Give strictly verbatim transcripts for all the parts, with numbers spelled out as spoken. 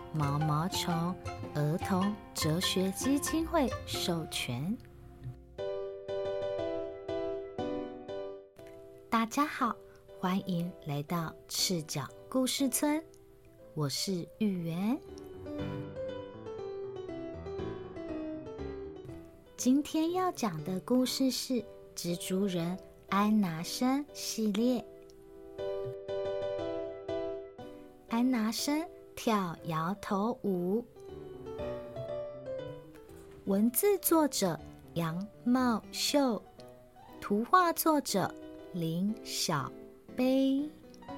毛毛虫儿童哲学基金会授权。大家好，欢迎来到赤脚故事村，我是玉圆。今天要讲的故事是蜘蛛人安拿生系列。安拿生跳摇头舞，文字作者杨茂秀，图画作者林小杯。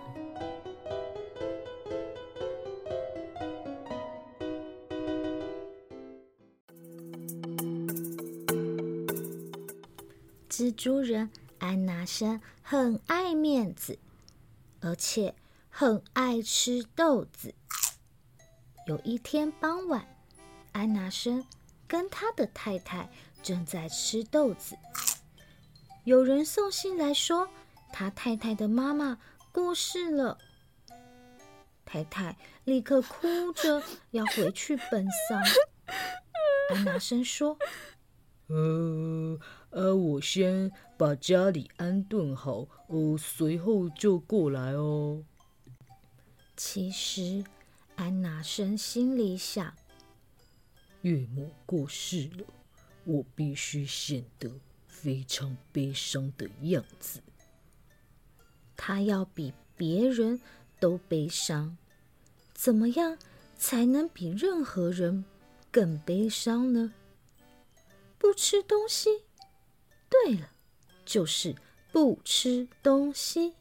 蜘蛛人安拿生很爱面子，而且很爱吃豆子。有一天傍晚，安拿生跟他的太太正在吃豆子。有人送信来说，他太太的妈妈过世了。太太立刻哭着要回去奔丧。安拿生说： 呃呃，我先把家里安顿好，呃，随后就过来哦。 其实，安拿生心里想： 岳母过世了，我必须显得非常悲伤的样子。 他要比别人都悲伤，怎么样才能比任何人更悲伤呢？不吃东西，对了，就是不吃东西。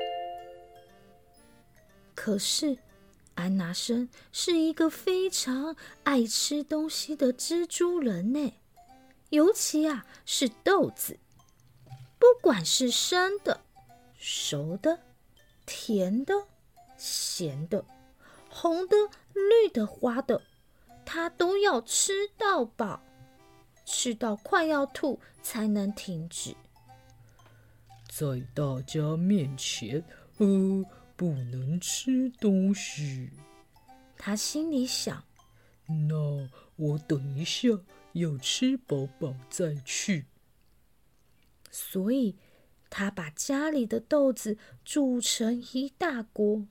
可是安拿生是一个非常爱吃东西的蜘蛛人呢，尤其啊是豆子，不管是生的、熟的、甜的、咸的、红的、绿的、花的，他都要吃到饱，吃到快要吐才能停止。 在大家面前，呃，不能吃东西。 他心里想： 那我等一下要吃饱饱再去。 所以他把家里的豆子煮成一大锅。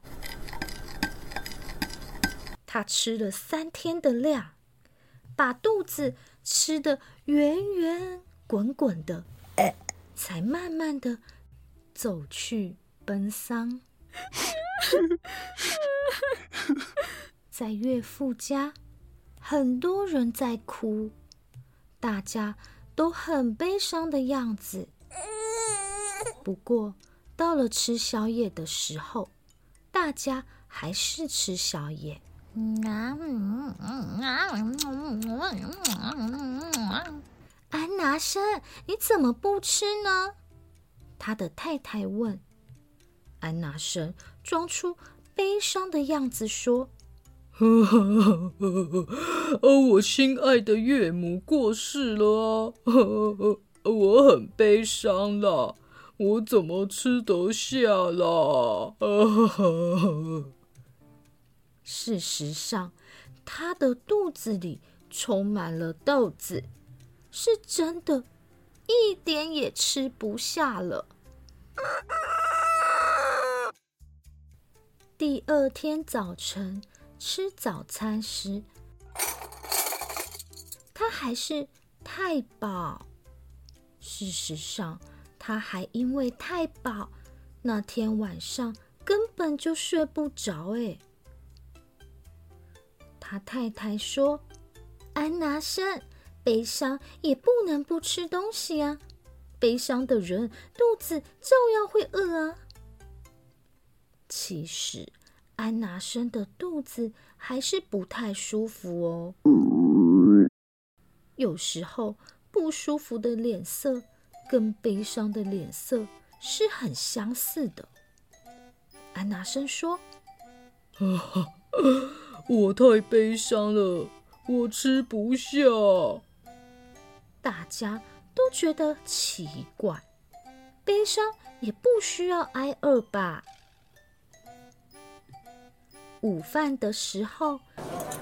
他吃了三天的量，把肚子吃得圆圆滚滚的，才慢慢的走去奔丧。在岳父家，很多人在哭，大家都很悲伤的样子。不过，到了吃宵夜的时候，大家还是吃宵夜。安拿生，你怎么不吃呢？他的太太问。安拿生装出悲伤的样子说： 哦，我心爱的岳母过世了啊，我很悲伤啦，我怎么吃得下啦？ 事实上，他的肚子里充满了豆子，是真的一点也吃不下了。第二天早晨吃早餐时，他还是太饱。事实上，他还因为太饱，那天晚上根本就睡不着。哎，他太太说：安拿生，悲伤也不能不吃东西啊，悲伤的人肚子照样会饿啊。其实安拿生的肚子还是不太舒服哦。有时候不舒服的脸色跟悲伤的脸色是很相似的。安拿生说： 我太悲伤了，我吃不下。 大家都觉得奇怪，悲伤也不需要挨饿吧。午饭的时候，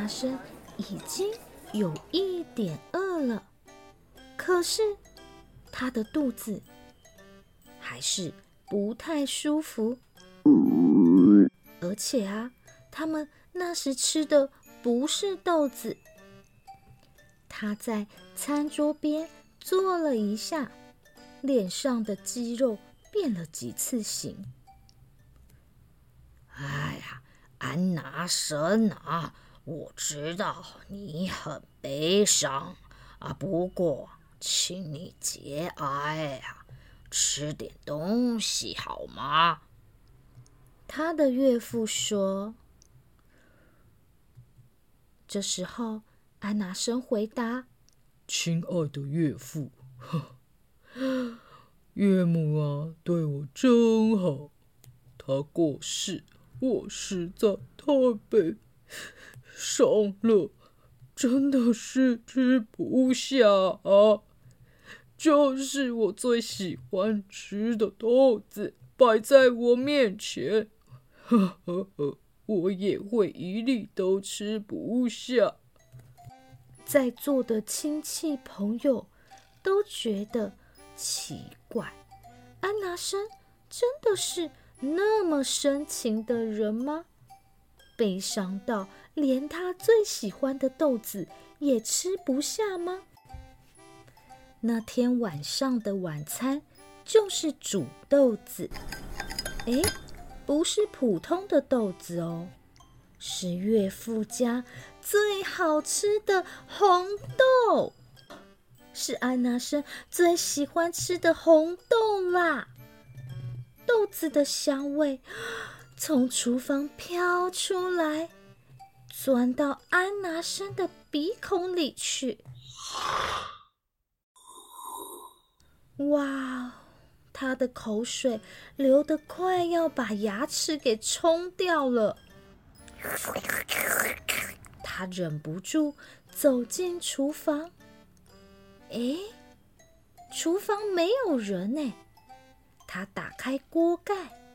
生已经有一点饿了，可是他的肚子还是不太舒服。而且啊，他们那时吃的不是豆子。他在餐桌边坐了一下，脸上的肌肉变了几次形。 哎呀，安拿生啊，我知道你很悲伤啊，不过请你节哀啊，吃点东西好吗？ 他的岳父说。这时候，安拿生回答：“ 亲爱的岳父，岳母啊，对我真好。他过世，我实在太悲伤了，真的是吃不下啊。就是我最喜欢吃的豆子摆在我面前，呵呵呵。”我也会一粒都吃不下。 在座的亲戚朋友都觉得奇怪，安拿生真的是那么深情的人吗？悲伤到连他最喜欢的豆子也吃不下吗？那天晚上的晚餐就是煮豆子，诶，不是普通的豆子哦，是岳父家最好吃的红豆，是安拿生最喜欢吃的红豆啦。豆子的香味从厨房飘出来，钻到安拿生的鼻孔里去。哇，他的口水流得快要把牙齿给冲掉了。他忍不住走进厨房，诶，厨房没有人诶。他打开锅盖，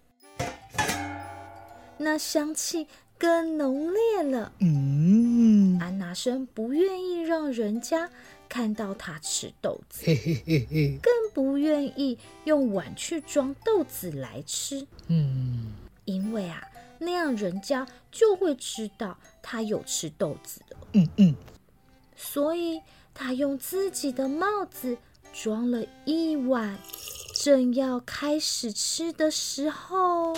那香气更浓烈了。 嗯， 安拿生不愿意让人家看到他吃豆子， 嘿嘿嘿嘿， 更不愿意用碗去装豆子来吃。 嗯， 因为啊，那样人家就会知道他有吃豆子的。 嗯嗯， 所以他用自己的帽子装了一碗，正要开始吃的时候，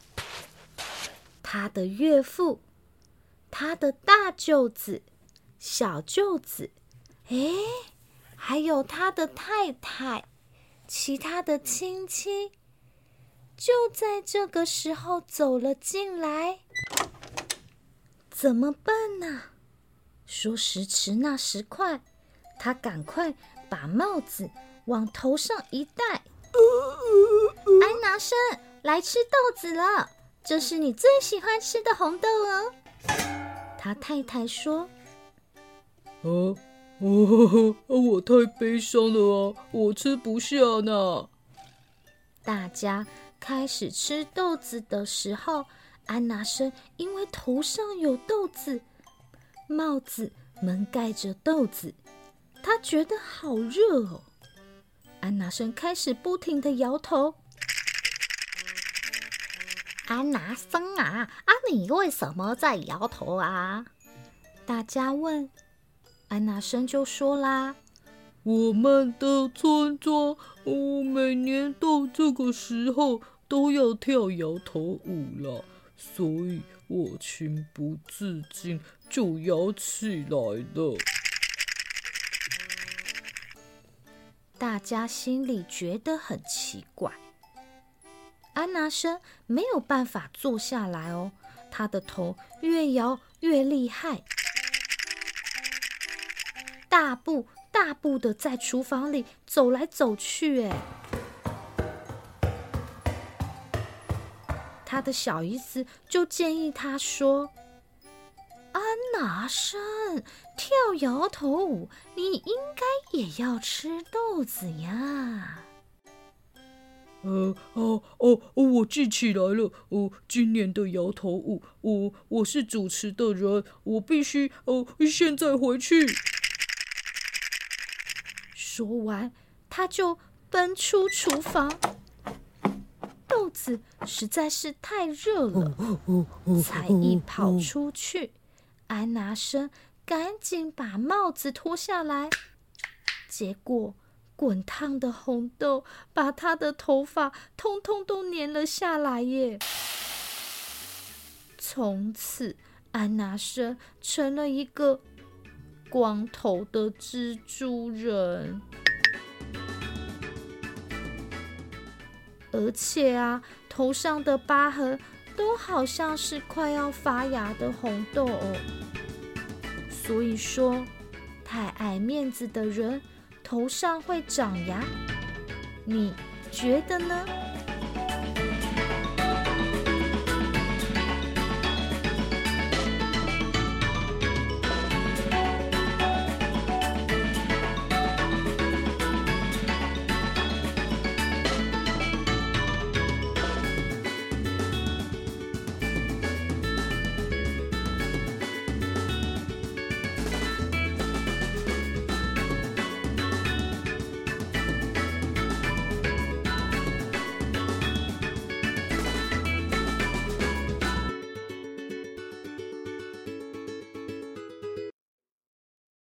他的岳父、他的大舅子、小舅子，诶，还有他的太太，其他的亲戚，就在这个时候走了进来。怎么办呢？说时迟那时快，他赶快把帽子往头上一戴。安拿生，来吃豆子了，这是你最喜欢吃的红豆哦。他太太说： 哦哦，我太悲伤了啊，我吃不下呢。 大家开始吃豆子的时候，安拿生因为头上有豆子，帽子蒙盖着豆子，他觉得好热哦。安拿生开始不停地摇头。安拿生啊，啊你为什么在摇头啊？大家问，安拿生就说啦： 我们的村庄，哦，每年到这个时候都要跳摇头舞了，所以我情不自禁就摇起来了。 大家心里觉得很奇怪。安拿生没有办法坐下来哦，他的头越摇越厉害，大步大步的在厨房里走来走去。哎，他的小姨子就建议他说：安拿生，跳摇头舞，你应该也要吃豆子呀。 呃，哦哦哦，我记起来了，哦，今年的摇头舞，我我是主持的人，我必须哦，现在回去。 说完，他就奔出厨房。豆子实在是太热了，才一跑出去，安拿生赶紧把帽子脱下来，结果滚烫的红豆把他的头发通通都粘了下来耶。从此，安拿生成了一个光头的蜘蛛人。而且啊，头上的疤痕都好像是快要发芽的红豆哦。所以说，太爱面子的人头上会长芽，你觉得呢？